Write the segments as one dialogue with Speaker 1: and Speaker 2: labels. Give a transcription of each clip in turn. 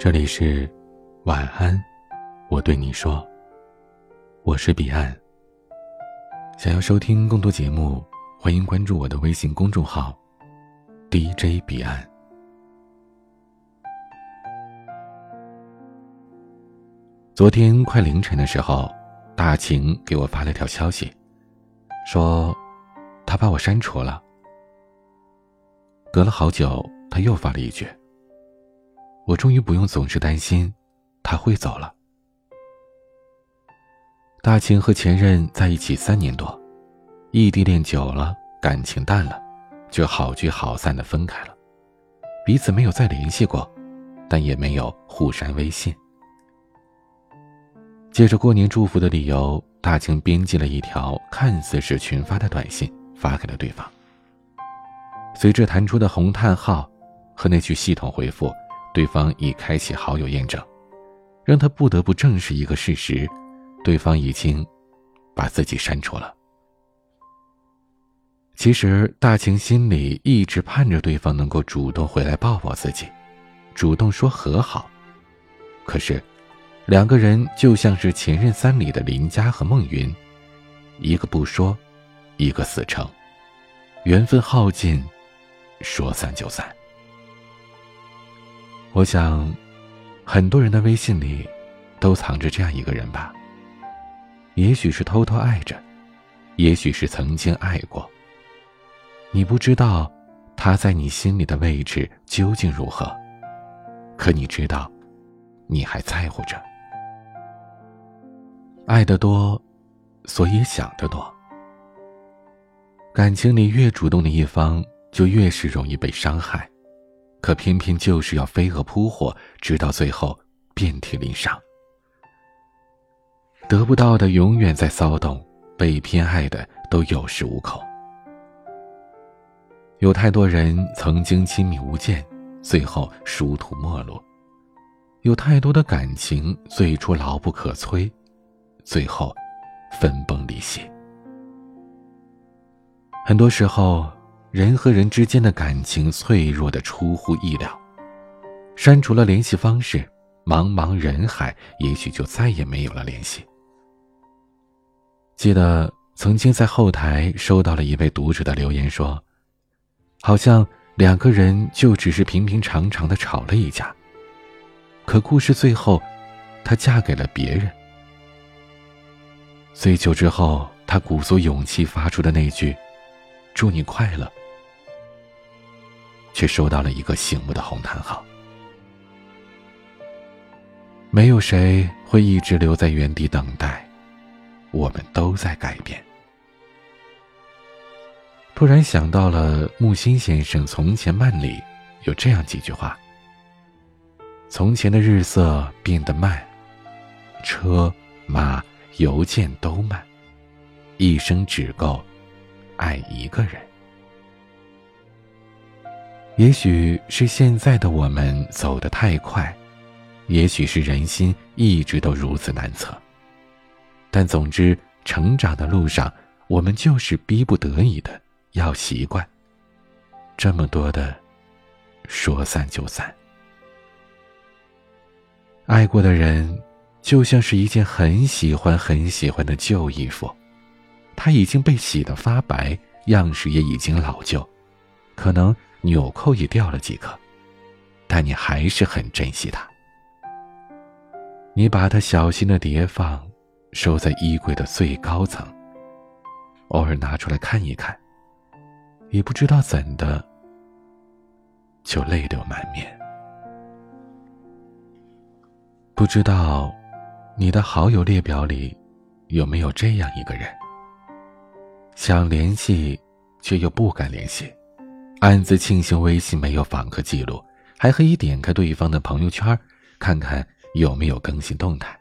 Speaker 1: 这里是晚安，我对你说，我是彼岸。想要收听更多节目，欢迎关注我的微信公众号 DJ 彼岸。昨天快凌晨的时候，大晴给我发了条消息，说他把我删除了。隔了好久，他又发了一句，我终于不用总是担心他会走了。大晴和前任在一起3年多，异地恋久了，感情淡了，就好聚好散的分开了，彼此没有再联系过，但也没有互删微信。借着过年祝福的理由，大晴编辑了一条看似是群发的短信发给了对方。随着弹出的红叹号和那句系统回复，对方已开启好友验证，让他不得不正视一个事实，对方已经把自己删除了。其实大晴心里一直盼着对方能够主动回来抱抱自己，主动说和好。可是两个人就像是前任3里的林佳和孟云，一个不说，一个死撑，缘分耗尽，说散就散。我想很多人的微信里都藏着这样一个人吧，也许是偷偷爱着，也许是曾经爱过，你不知道他在你心里的位置究竟如何，可你知道你还在乎着。爱得多，所以想得多。感情里越主动的一方就越是容易被伤害，可偏偏就是要飞蛾扑火，直到最后遍体鳞伤。得不到的永远在骚动，被偏爱的都有恃无恐。有太多人曾经亲密无间，最后殊途末路；有太多的感情最初牢不可摧，最后分崩离析。很多时候，人和人之间的感情脆弱的出乎意料，删除了联系方式，茫茫人海也许就再也没有了联系。记得曾经在后台收到了一位读者的留言说，好像2个人就只是平平常常的吵了一架，可故事最后她嫁给了别人。醉酒之后，她鼓足勇气发出的那句祝你快乐，却收到了一个醒目的红叹号。没有谁会一直留在原地等待，我们都在改变。突然想到了木心先生《从前慢》里有这样几句话：从前的日色变得慢，车马邮件都慢，一生只够爱一个人。也许是现在的我们走得太快，也许是人心一直都如此难测，但总之成长的路上，我们就是逼不得已的要习惯这么多的说散就散。爱过的人就像是一件很喜欢很喜欢的旧衣服，它已经被洗得发白，样式也已经老旧，可能纽扣也掉了几颗，但你还是很珍惜它。你把它小心地叠放，收在衣柜的最高层，偶尔拿出来看一看，也不知道怎的就泪流满面。不知道你的好友列表里有没有这样一个人，想联系却又不敢联系，暗自庆幸微信没有访客记录，还可以点开对方的朋友圈，看看有没有更新动态。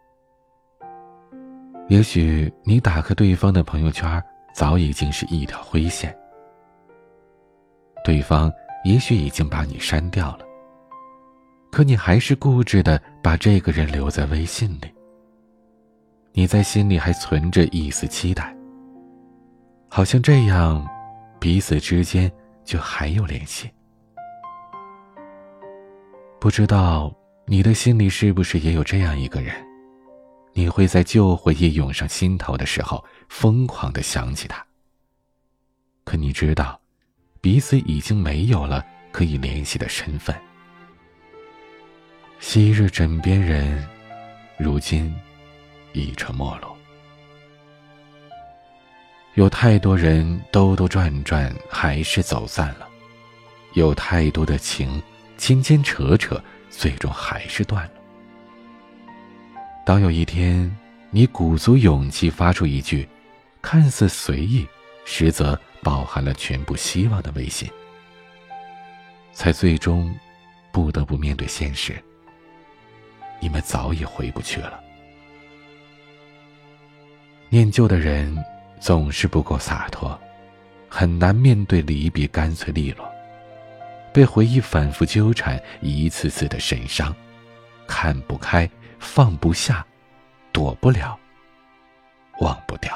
Speaker 1: 也许你打开对方的朋友圈，早已经是一条灰线，对方也许已经把你删掉了，可你还是固执地把这个人留在微信里。你在心里还存着一丝期待，好像这样彼此之间就还有联系。不知道你的心里是不是也有这样一个人，你会在旧回忆涌上心头的时候疯狂地想起他，可你知道彼此已经没有了可以联系的身份。昔日枕边人，如今已成陌路。有太多人兜兜转转还是走散了，有太多的情牵牵扯扯最终还是断了。当有一天你鼓足勇气发出一句看似随意实则饱含了全部希望的微信，才最终不得不面对现实，你们早已回不去了。念旧的人总是不够洒脱，很难面对离别干脆利落，被回忆反复纠缠，一次次的神伤，看不开，放不下，躲不了，忘不掉。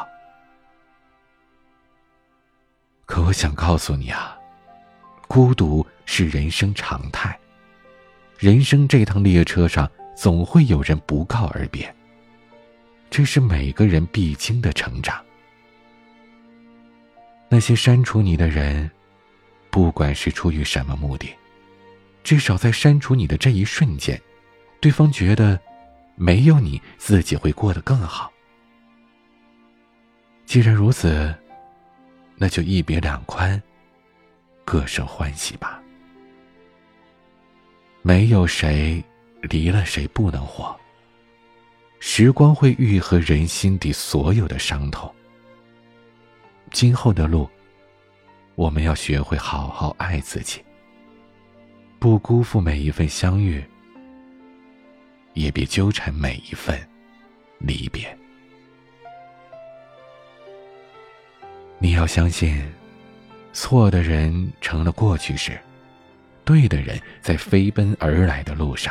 Speaker 1: 可我想告诉你啊，孤独是人生常态，人生这趟列车上总会有人不告而别，这是每个人必经的成长。那些删除你的人，不管是出于什么目的，至少在删除你的这一瞬间，对方觉得没有你自己会过得更好。既然如此，那就一别两宽，各生欢喜吧。没有谁离了谁不能活，时光会愈合人心底所有的伤痛。今后的路，我们要学会好好爱自己，不辜负每一份相遇，也别纠缠每一份离别。你要相信，错的人成了过去时，对的人在飞奔而来的路上。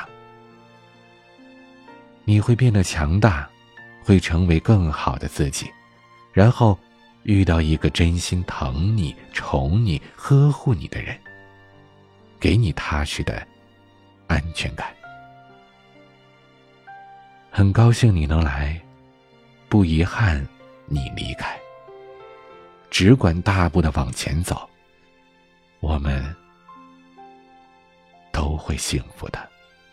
Speaker 1: 你会变得强大，会成为更好的自己，然后遇到一个真心疼你、宠你、呵护你的人，给你踏实的安全感。很高兴你能来，不遗憾你离开，只管大步的往前走，我们都会幸福的。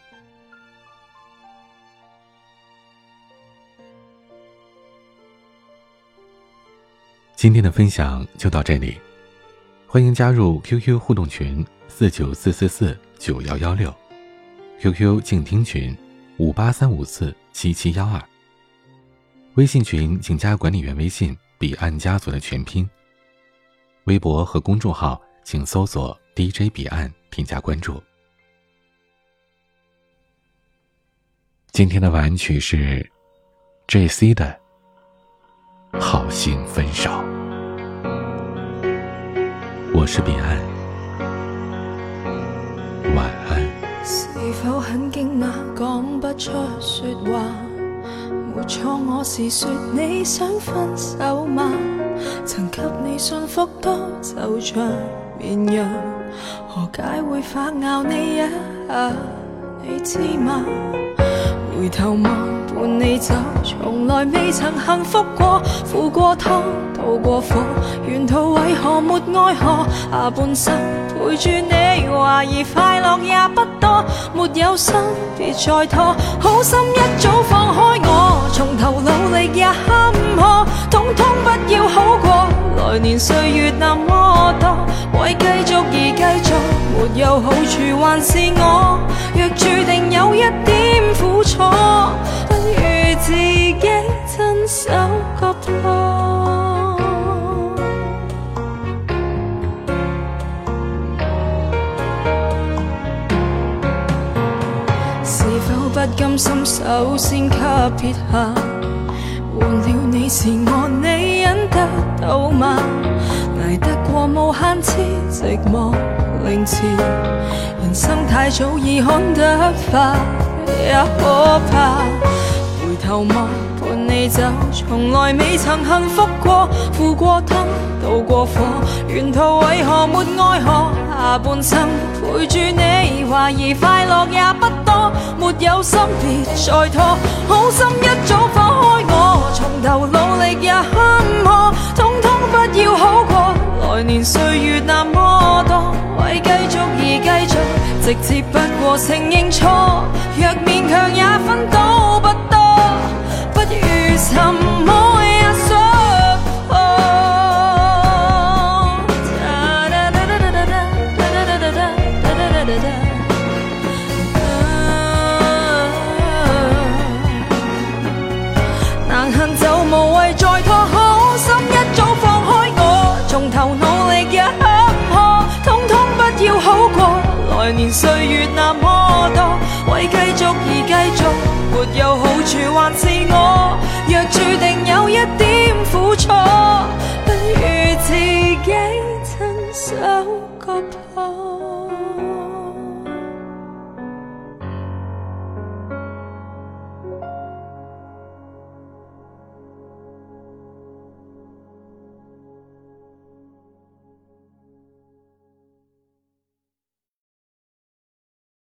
Speaker 1: 今天的分享就到这里，欢迎加入 QQ 互动群494449116， QQ 静听群583547712，微信群请加管理员微信彼岸家族的全拼，微博和公众号请搜索 DJ 彼岸添加关注。今天的晚安曲是 JC 的好心分手。我是彼岸，晚安。
Speaker 2: 是否很惊讶講不出說話？沒錯，我是說你想分手嗎？曾給你信服都就像綿羊，何解會反咬你一下？你知嗎？回頭望伴你走，從來未曾幸福過，付過湯渡過火，沿途為何沒愛河？下半生陪住你，懷疑快樂也不多，沒有心別再拖，好心一早放開我，從頭努力也坎坷，統統不要好過，來年歲月那麼多，為繼續而繼續，沒有好處還是我，若注定有一點苦楚，不如自己親手割破。是否不甘心首先給撇下，換了你是我，你忍得到嗎？捱得過無限次寂寞凌遲，人生太早已看得化，也可怕。回頭望伴你走，從來未曾幸福過，付過湯渡過火，沿途為何沒愛河？下半生陪住你，懷疑快樂也不多， 沒有心別再拖，好心一早放開我，從頭努力也坎坷，通通不要好過。來年歲月那麼多，為繼續而繼續，直接不過承認錯，若勉強也分到不多，不如什麼也說破。難行就無謂再拖，好心一早放開我，從頭努力也坎坷，通通不要好過。來年歲月那麼多，為繼續而繼續，沒有好處還是我。若注定有一點苦楚，不如自己親手割破。